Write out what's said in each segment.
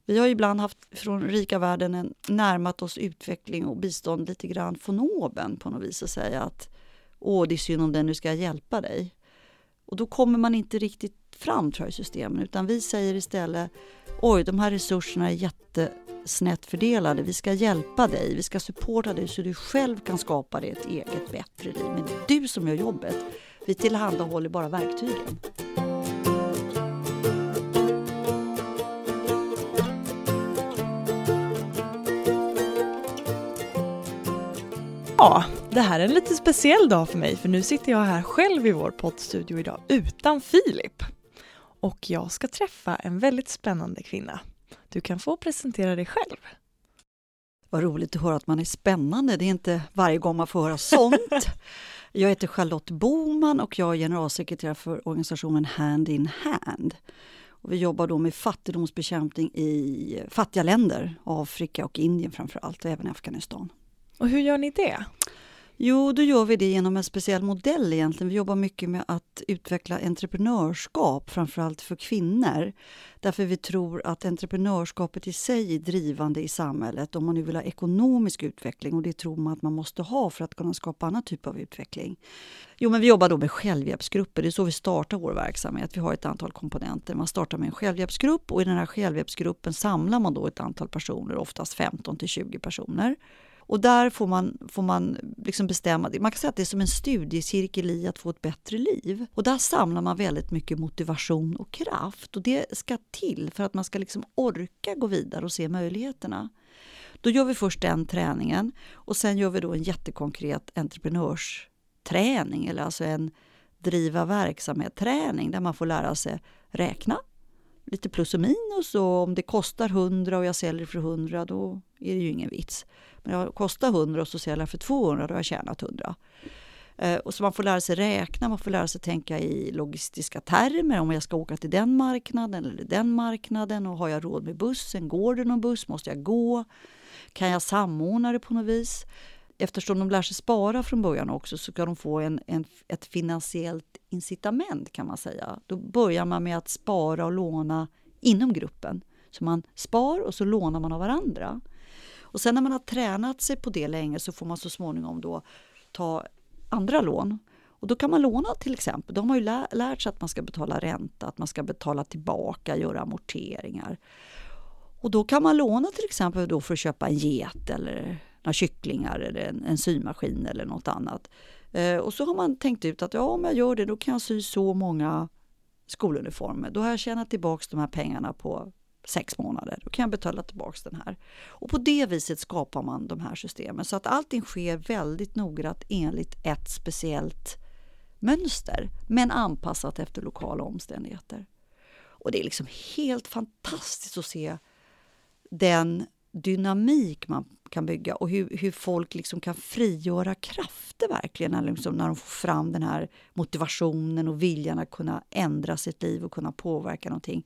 Vi har ibland haft från rika världen närmat oss utveckling och bistånd lite grann från oben på något vis och säga att det är synd om den, nu ska jag hjälpa dig. Och då kommer man inte riktigt fram tror jag i systemen, utan vi säger istället de här resurserna är jättesnett fördelade, vi ska hjälpa dig, vi ska supporta dig så du själv kan skapa dig ett eget bättre liv. Men du som gör jobbet, vi tillhandahåller bara verktygen. Ja, det här är en lite speciell dag för mig för nu sitter jag här själv i vår poddstudio idag utan Filip. Och jag ska träffa en väldigt spännande kvinna. Du kan få presentera dig själv. Vad roligt att höra att man är spännande. Det är inte varje gång man får höra sånt. Jag heter Charlotte Boman och jag är generalsekreterare för organisationen Hand in Hand. Och vi jobbar då med fattigdomsbekämpning i fattiga länder, Afrika och Indien framförallt och även Afghanistan. Och hur gör ni det? Jo, då gör vi det genom en speciell modell egentligen. Vi jobbar mycket med att utveckla entreprenörskap, framförallt för kvinnor. Därför vi tror att entreprenörskapet i sig är drivande i samhället om man nu vill ha ekonomisk utveckling, och det tror man att man måste ha för att kunna skapa annan typ av utveckling. Jo, men vi jobbar då med självhjälpsgrupper. Det är så vi startar vår verksamhet. Vi har ett antal komponenter. Man startar med en självhjälpsgrupp och i den här självhjälpsgruppen samlar man då ett antal personer, oftast 15-20 personer. Och där får man liksom bestämma, man kan säga att det är som en studiecirkel i att få ett bättre liv. Och där samlar man väldigt mycket motivation och kraft. Och det ska till för att man ska liksom orka gå vidare och se möjligheterna. Då gör vi först den träningen och sen gör vi då en jättekonkret entreprenörsträning, eller alltså en driva verksamhet-träning där man får lära sig räkna. Lite plus och minus, och om det kostar 100 och jag säljer för 100 då är det ju ingen vits. Men jag kostar 100 och så säljer jag för 200 då har jag tjänat 100. Och så man får lära sig räkna, man får lära sig tänka i logistiska termer. Om jag ska åka till den marknaden eller den marknaden, och har jag råd med bussen? Går det någon buss? Måste jag gå? Kan jag samordna det på något vis? Eftersom de lär sig spara från början också så kan de få ett finansiellt incitament kan man säga. Då börjar man med att spara och låna inom gruppen. Så man spar och så lånar man av varandra. Och sen när man har tränat sig på det länge så får man så småningom då ta andra lån. Och då kan man låna till exempel. De har ju lärt sig att man ska betala ränta, att man ska betala tillbaka, göra amorteringar. Och då kan man låna till exempel då för att köpa en get eller några kycklingar eller en symaskin eller något annat. Och så har man tänkt ut att om jag gör det då kan jag sy så många skoluniformer. Då har jag tjänat tillbaka de här pengarna på 6 månader. Då kan jag betala tillbaka den här. Och på det viset skapar man de här systemen. Så att allting sker väldigt noggrant enligt ett speciellt mönster. Men anpassat efter lokala omständigheter. Och det är liksom helt fantastiskt att se den dynamik man kan bygga. Och hur folk liksom kan frigöra krafter verkligen. När de får fram den här motivationen och viljan att kunna ändra sitt liv och kunna påverka någonting.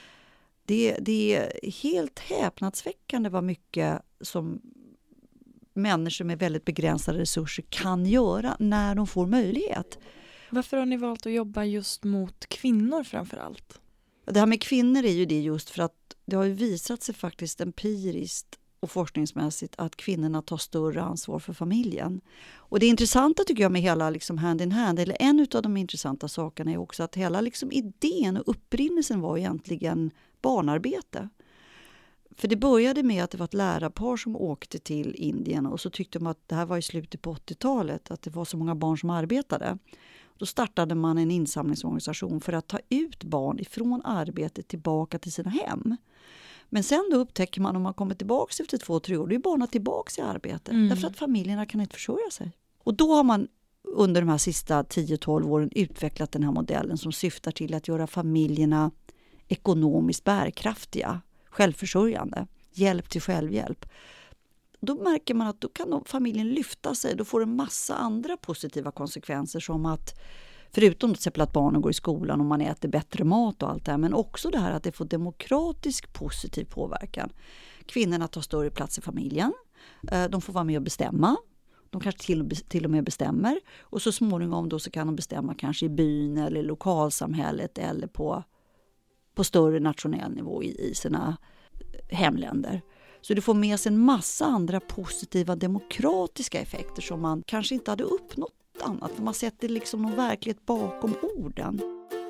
Det är helt häpnadsväckande vad mycket som människor med väldigt begränsade resurser kan göra när de får möjlighet. Varför har ni valt att jobba just mot kvinnor framför allt? Det här med kvinnor är ju det just för att det har ju visat sig faktiskt empiriskt och forskningsmässigt att kvinnorna tar större ansvar för familjen. Och det intressanta tycker jag med hela liksom hand in hand, eller en av de intressanta sakerna är också att hela liksom idén och upprinnelsen var egentligen barnarbete. För det började med att det var ett lärarpar som åkte till Indien och så tyckte de att det här var i slutet på 80-talet, att det var så många barn som arbetade. Då startade man en insamlingsorganisation för att ta ut barn ifrån arbetet tillbaka till sina hem. Men sen då upptäcker man om man kommer tillbaka efter 2-3 år, då är barnen tillbaka i arbete. Därför att familjerna kan inte försörja sig. Och då har man under de här sista 10-12 åren utvecklat den här modellen som syftar till att göra familjerna ekonomiskt bärkraftiga, självförsörjande, hjälp till självhjälp. Då märker man att då kan familjen lyfta sig. Då får det en massa andra positiva konsekvenser som att förutom till exempel att barnen går i skolan och man äter bättre mat och allt det här, men också det här att det får demokratisk positiv påverkan. Kvinnorna tar större plats i familjen. De får vara med och bestämma. De kanske till och med bestämmer. Och så småningom då så kan de bestämma kanske i byn eller lokalsamhället eller på större nationell nivå i sina hemländer. Så det får med sig en massa andra positiva demokratiska effekter som man kanske inte hade uppnått annat. För man sätter liksom någon verklighet bakom orden.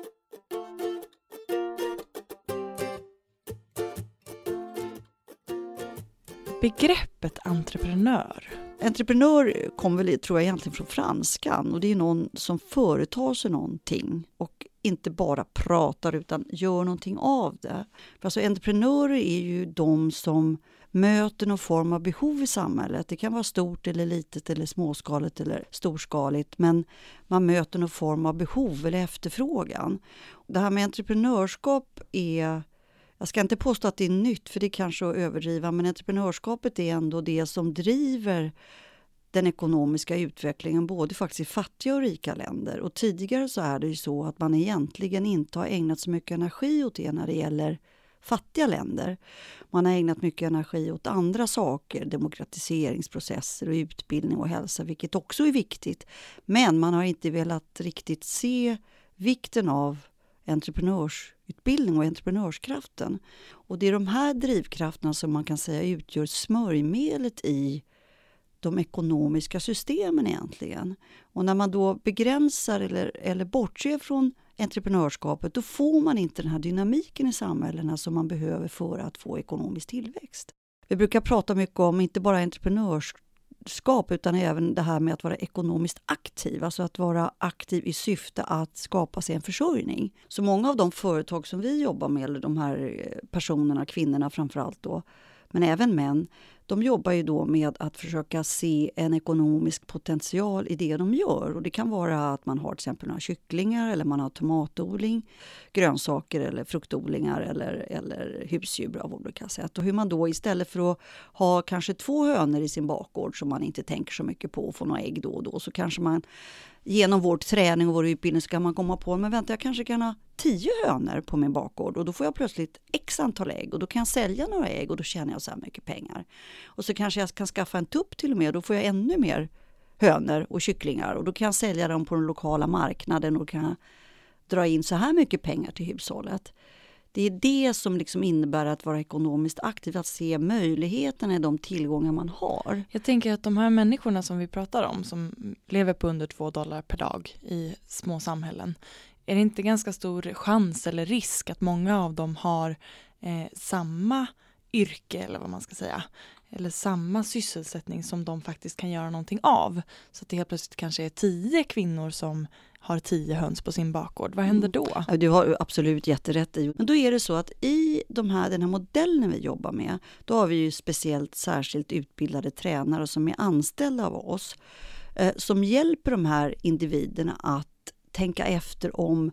Begreppet entreprenör. Entreprenör kommer väl, tror jag, egentligen från franskan. Och det är någon som företar sig någonting och inte bara pratar utan gör någonting av det. För alltså, entreprenörer är ju de som möter någon form av behov i samhället. Det kan vara stort eller litet eller småskaligt eller storskaligt. Men man möter någon form av behov eller efterfrågan. Det här med entreprenörskap är... Jag ska inte påstå att det är nytt, för det är kanske att överdriva, men entreprenörskapet är ändå det som driver den ekonomiska utvecklingen både faktiskt i fattiga och rika länder. Och tidigare så är det ju så att man egentligen inte har ägnat så mycket energi åt det när det gäller fattiga länder. Man har ägnat mycket energi åt andra saker, demokratiseringsprocesser och utbildning och hälsa, vilket också är viktigt. Men man har inte velat riktigt se vikten av entreprenörsutbildning och entreprenörskraften. Och det är de här drivkrafterna som man kan säga utgör smörjmedlet i de ekonomiska systemen egentligen. Och när man då begränsar eller bortser från entreprenörskapet, då får man inte den här dynamiken i samhällena som man behöver för att få ekonomisk tillväxt. Vi brukar prata mycket om inte bara entreprenörskap utan även det här med att vara ekonomiskt aktiv. Alltså att vara aktiv i syfte att skapa sig en försörjning. Så många av de företag som vi jobbar med, eller de här personerna, kvinnorna framförallt då, men även män, de jobbar ju då med att försöka se en ekonomisk potential i det de gör. Och det kan vara att man har till exempel några kycklingar eller man har tomatodling, grönsaker eller fruktodlingar eller husdjur av olika sätt. Och hur man då istället för att ha kanske 2 hönor i sin bakgård som man inte tänker så mycket på och få några ägg då och då, så kanske man genom vår träning och vår utbildning ska man komma på, men vänta, jag kanske kan ha 10 hönor på min bakgård och då får jag plötsligt x antal ägg och då kan jag sälja några ägg och då tjänar jag så här mycket pengar. Och så kanske jag kan skaffa en tupp till och med och då får jag ännu mer hönor och kycklingar och då kan jag sälja dem på den lokala marknaden och kan dra in så här mycket pengar till hushållet. Det är det som liksom innebär att vara ekonomiskt aktiv, att se möjligheterna i de tillgångar man har. Jag tänker att de här människorna som vi pratar om, som lever på under $2 per dag i små samhällen, är det inte ganska stor chans eller risk att många av dem har samma yrke eller vad man ska säga, eller samma sysselsättning som de faktiskt kan göra någonting av? Så att det helt plötsligt kanske är 10 kvinnor som har 10 höns på sin bakgård. Vad händer då? Ja, du har absolut jätterätt i. Men då är det så att i den här modellen vi jobbar med, då har vi ju speciellt särskilt utbildade tränare som är anställda av oss, som hjälper de här individerna att tänka efter om,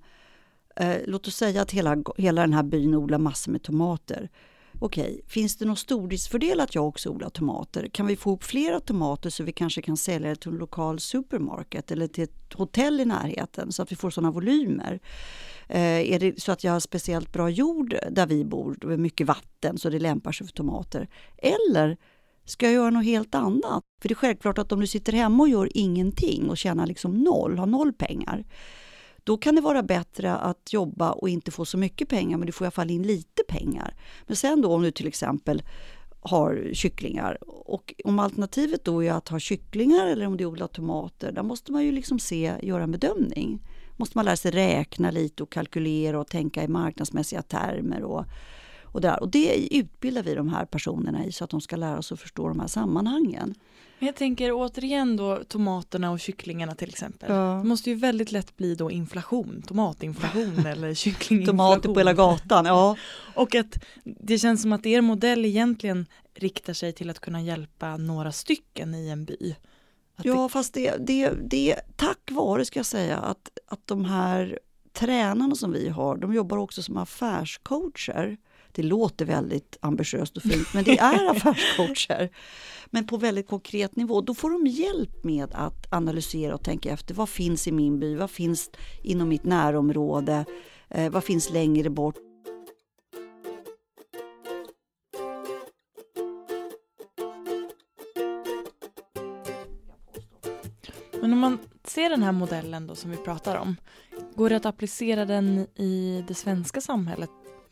låt oss säga att hela den här byn odlar massor med tomater. Okej, finns det någon stordriftsfördel att jag också odlar tomater? Kan vi få upp flera tomater så vi kanske kan sälja det till en lokal supermarket eller till ett hotell i närheten så att vi får sådana volymer? Är det så att jag har speciellt bra jord där vi bor, det är mycket vatten så det lämpar sig för tomater? Eller ska jag göra något helt annat? För det är självklart att om du sitter hemma och gör ingenting och tjänar liksom noll, har 0 pengar, då kan det vara bättre att jobba och inte få så mycket pengar, men du får i alla fall in lite pengar. Men sen då om du till exempel har kycklingar, och om alternativet då är att ha kycklingar eller om du odlar tomater, där måste man ju liksom göra en bedömning. Måste man lära sig räkna lite och kalkylera och tänka i marknadsmässiga termer och där. Och det utbildar vi de här personerna i så att de ska lära sig att förstå de här sammanhangen. Jag tänker återigen då tomaterna och kycklingarna till exempel. Ja. Det måste ju väldigt lätt bli då inflation, tomatinflation eller kycklinginflation. Tomater på hela gatan, ja. Och att det känns som att er modell egentligen riktar sig till att kunna hjälpa några stycken i en by. Fast det är tack vare, ska jag säga, att de här tränarna som vi har, de jobbar också som affärscoacher. Det låter väldigt ambitiöst och fint, men det är affärscoacher. Men på väldigt konkret nivå. Då får de hjälp med att analysera och tänka efter. Vad finns i min by? Vad finns inom mitt närområde? Vad finns längre bort? Men om man ser den här modellen då som vi pratar om, går det att applicera den i det svenska samhället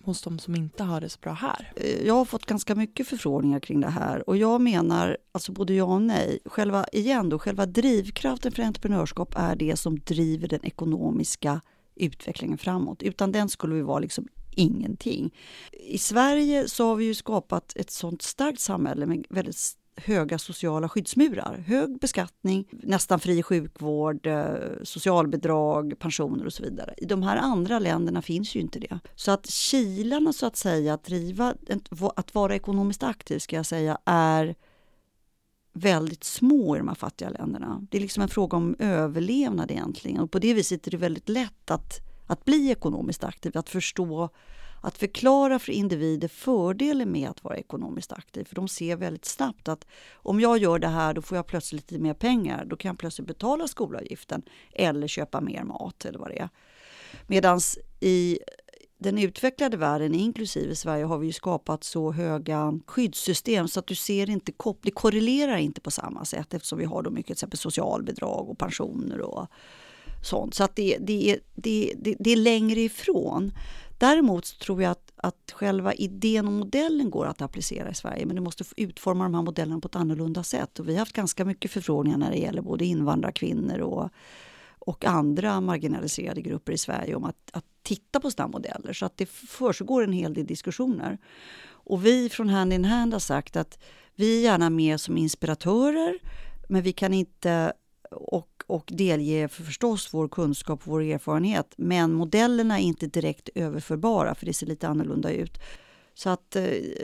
hos de som inte har det så bra här? Jag har fått ganska mycket förfrågningar kring det här och jag menar, alltså både ja och nej, själva drivkraften för entreprenörskap är det som driver den ekonomiska utvecklingen framåt. Utan den skulle vi vara liksom ingenting. I Sverige så har vi ju skapat ett sånt starkt samhälle med väldigt höga sociala skyddsmurar. Hög beskattning, nästan fri sjukvård, socialbidrag, pensioner och så vidare. I de här andra länderna finns ju inte det. Så att kilarna så att säga att vara ekonomiskt aktiv ska jag säga är väldigt små i de här fattiga länderna. Det är liksom en fråga om överlevnad egentligen. Och på det viset är det väldigt lätt att bli ekonomiskt aktiv, att förstå, att förklara för individer fördelen med att vara ekonomiskt aktiv. För de ser väldigt snabbt att om jag gör det här då får jag plötsligt lite mer pengar. Då kan jag plötsligt betala skolavgiften eller köpa mer mat eller vad det är. Medan i den utvecklade världen, inklusive Sverige, har vi ju skapat så höga skyddssystem så att du ser inte, det korrelerar inte på samma sätt eftersom vi har då mycket till exempel socialbidrag och pensioner och sånt. Så att det är längre ifrån. Däremot så tror jag att själva idén och modellen går att applicera i Sverige, men du måste utforma de här modellerna på ett annorlunda sätt. Och vi har haft ganska mycket förfrågningar när det gäller både invandrarkvinnor och andra marginaliserade grupper i Sverige om att titta på sådana modeller. Så att det försiggår en hel del diskussioner. Och vi från Hand in Hand har sagt att vi är gärna med som inspiratörer, men vi kan inte och delge för förstås vår kunskap och vår erfarenhet. Men modellerna är inte direkt överförbara för det ser lite annorlunda ut. Så att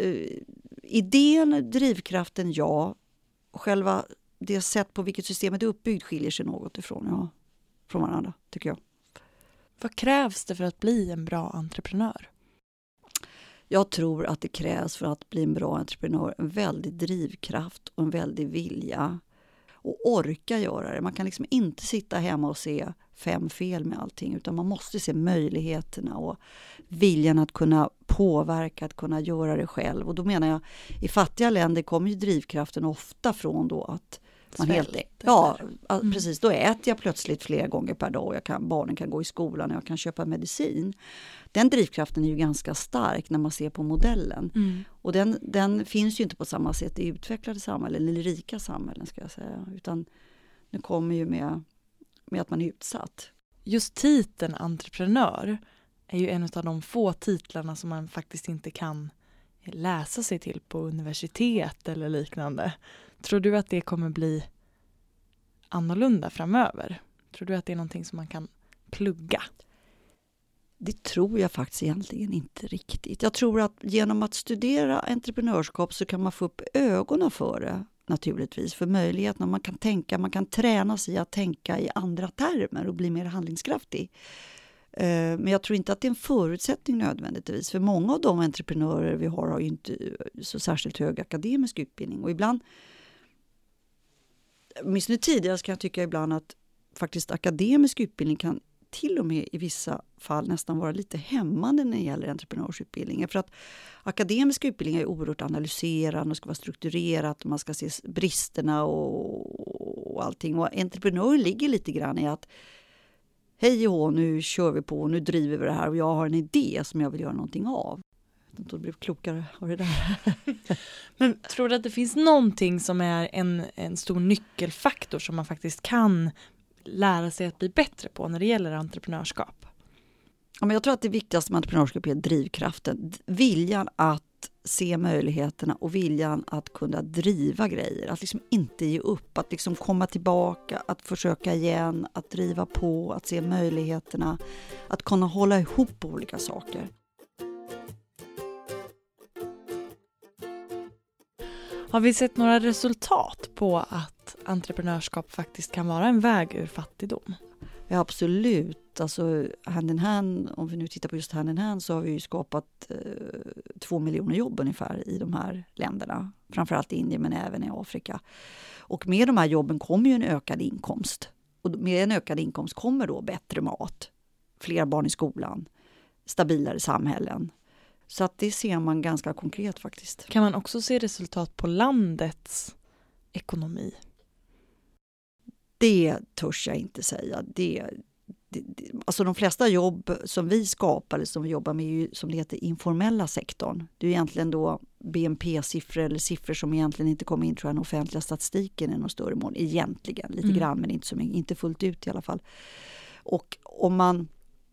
idén, drivkraften, ja. Själva det sätt på vilket systemet är uppbyggt skiljer sig något från varandra, tycker jag. Vad krävs det för att bli en bra entreprenör? Jag tror att det krävs för att bli en bra entreprenör en väldig drivkraft och en väldig vilja. Och orka göra det. Man kan liksom inte sitta hemma och se 5 fel med allting. Utan man måste se möjligheterna och viljan att kunna påverka, att kunna göra det själv. Och då menar jag, i fattiga länder kommer ju drivkraften ofta från då att man precis, då äter jag plötsligt flera gånger per dag. Barnen kan gå i skolan och jag kan köpa medicin. Den drivkraften är ju ganska stark när man ser på modellen. Och den finns ju inte på samma sätt i utvecklade samhällen eller rika samhällen ska jag säga. Utan den kommer ju med att man är utsatt. Just titeln entreprenör är ju en av de få titlarna som man faktiskt inte kan läsa sig till på universitet eller liknande. Tror du att det kommer bli annorlunda framöver? Tror du att det är någonting som man kan plugga? Det tror jag faktiskt egentligen inte riktigt. Jag tror att genom att studera entreprenörskap så kan man få upp ögonen för det naturligtvis. För möjligheterna man kan träna sig att tänka i andra termer och bli mer handlingskraftig. Men jag tror inte att det är en förutsättning nödvändigtvis. För många av de entreprenörer vi har ju inte så särskilt hög akademisk utbildning. Och ibland, åtminstone tidigare ska jag tycka ibland att faktiskt akademisk utbildning kan till och med i vissa fall nästan vara lite hämmande när det gäller entreprenörsutbildningen. För att akademiska utbildningar är oerhört analyserande och ska vara strukturerat och man ska se bristerna och allting. Och entreprenör ligger lite grann i att hej och nu kör vi på, nu driver vi det här och jag har en idé som jag vill göra någonting av. Jag vet inte om det blev klokare av det där. Men tror du att det finns någonting som är en stor nyckelfaktor som man faktiskt kan lära sig att bli bättre på när det gäller entreprenörskap? Ja, men jag tror att det viktigaste med entreprenörskap är drivkraften. Viljan att se möjligheterna och viljan att kunna driva grejer. Att liksom inte ge upp, att liksom komma tillbaka, att försöka igen, att driva på, att se möjligheterna. Att kunna hålla ihop olika saker. Har vi sett några resultat på att entreprenörskap faktiskt kan vara en väg ur fattigdom? Ja, absolut. Alltså Hand in Hand, om vi nu tittar på just Hand in Hand så har vi ju skapat 2 miljoner jobb ungefär i de här länderna. Framförallt i Indien men även i Afrika. Och med de här jobben kommer ju en ökad inkomst. Och med en ökad inkomst kommer då bättre mat, fler barn i skolan, stabilare samhällen. Så att det ser man ganska konkret faktiskt. Kan man också se resultat på landets ekonomi? Det törs jag inte säga. Alltså de flesta jobb som vi skapar eller som vi jobbar med är ju, som det heter, informella sektorn. Det är egentligen då BNP-siffror eller siffror som egentligen inte kommer in, tror jag, den offentliga statistiken i någon större mån. Egentligen, lite grann, men inte fullt ut i alla fall. Och om man...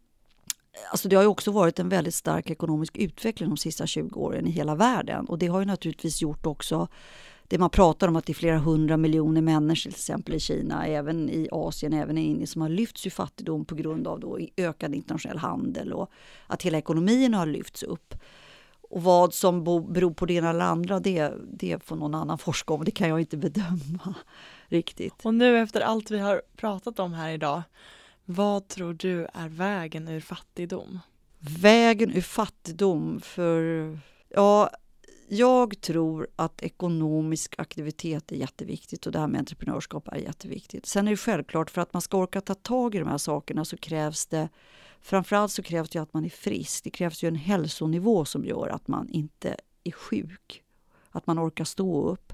Alltså det har ju också varit en väldigt stark ekonomisk utveckling de sista 20 åren i hela världen. Och det har ju naturligtvis gjort också... Det man pratar om att det är flera 100 miljoner människor till exempel i Kina, även i Asien, även i Indien, som har lyfts ur fattigdom på grund av då ökad internationell handel och att hela ekonomin har lyfts upp. Och vad som beror på det ena eller andra, det får någon annan forska om. Det kan jag inte bedöma riktigt. Och nu efter allt vi har pratat om här idag, vad tror du är vägen ur fattigdom? Vägen ur fattigdom för... Ja, jag tror att ekonomisk aktivitet är jätteviktigt och det här med entreprenörskap är jätteviktigt. Sen är det självklart, för att man ska orka ta tag i de här sakerna så krävs det, framförallt så krävs det att man är frisk. Det krävs ju en hälsonivå som gör att man inte är sjuk, att man orkar stå upp.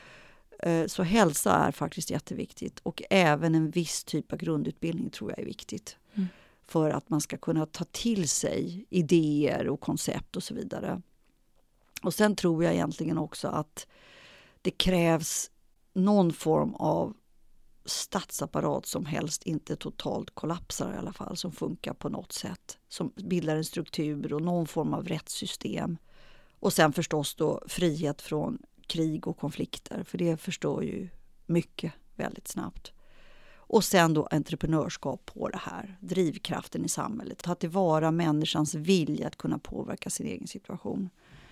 Så hälsa är faktiskt jätteviktigt och även en viss typ av grundutbildning tror jag är viktigt. För att man ska kunna ta till sig idéer och koncept och så vidare. Och sen tror jag egentligen också att det krävs någon form av statsapparat som helst inte totalt kollapsar i alla fall, som funkar på något sätt, som bildar en struktur och någon form av rättssystem. Och sen förstås då frihet från krig och konflikter, för det förstår ju mycket väldigt snabbt. Och sen då entreprenörskap på det här, drivkraften i samhället, ta tillvara människans vilja att kunna påverka sin egen situation.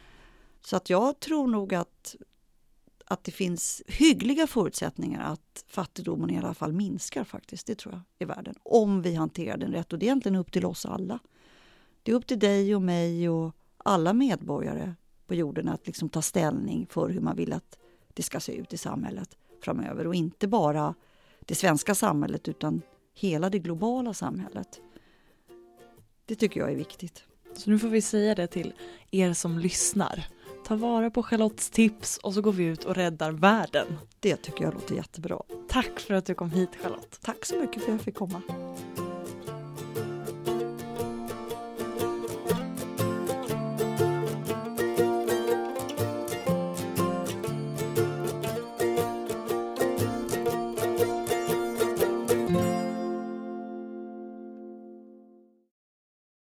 Så att jag tror nog att det finns hyggliga förutsättningar att fattigdomen i alla fall minskar faktiskt, det tror jag, i världen. Om vi hanterar den rätt, och det är egentligen upp till oss alla. Det är upp till dig och mig och alla medborgare på jorden att liksom ta ställning för hur man vill att det ska se ut i samhället framöver. Och inte bara det svenska samhället utan hela det globala samhället. Det tycker jag är viktigt. Så nu får vi säga det till er som lyssnar. Ta vara på Charlottes tips och så går vi ut och räddar världen. Det tycker jag låter jättebra. Tack för att du kom hit, Charlotte. Tack så mycket för att jag fick komma.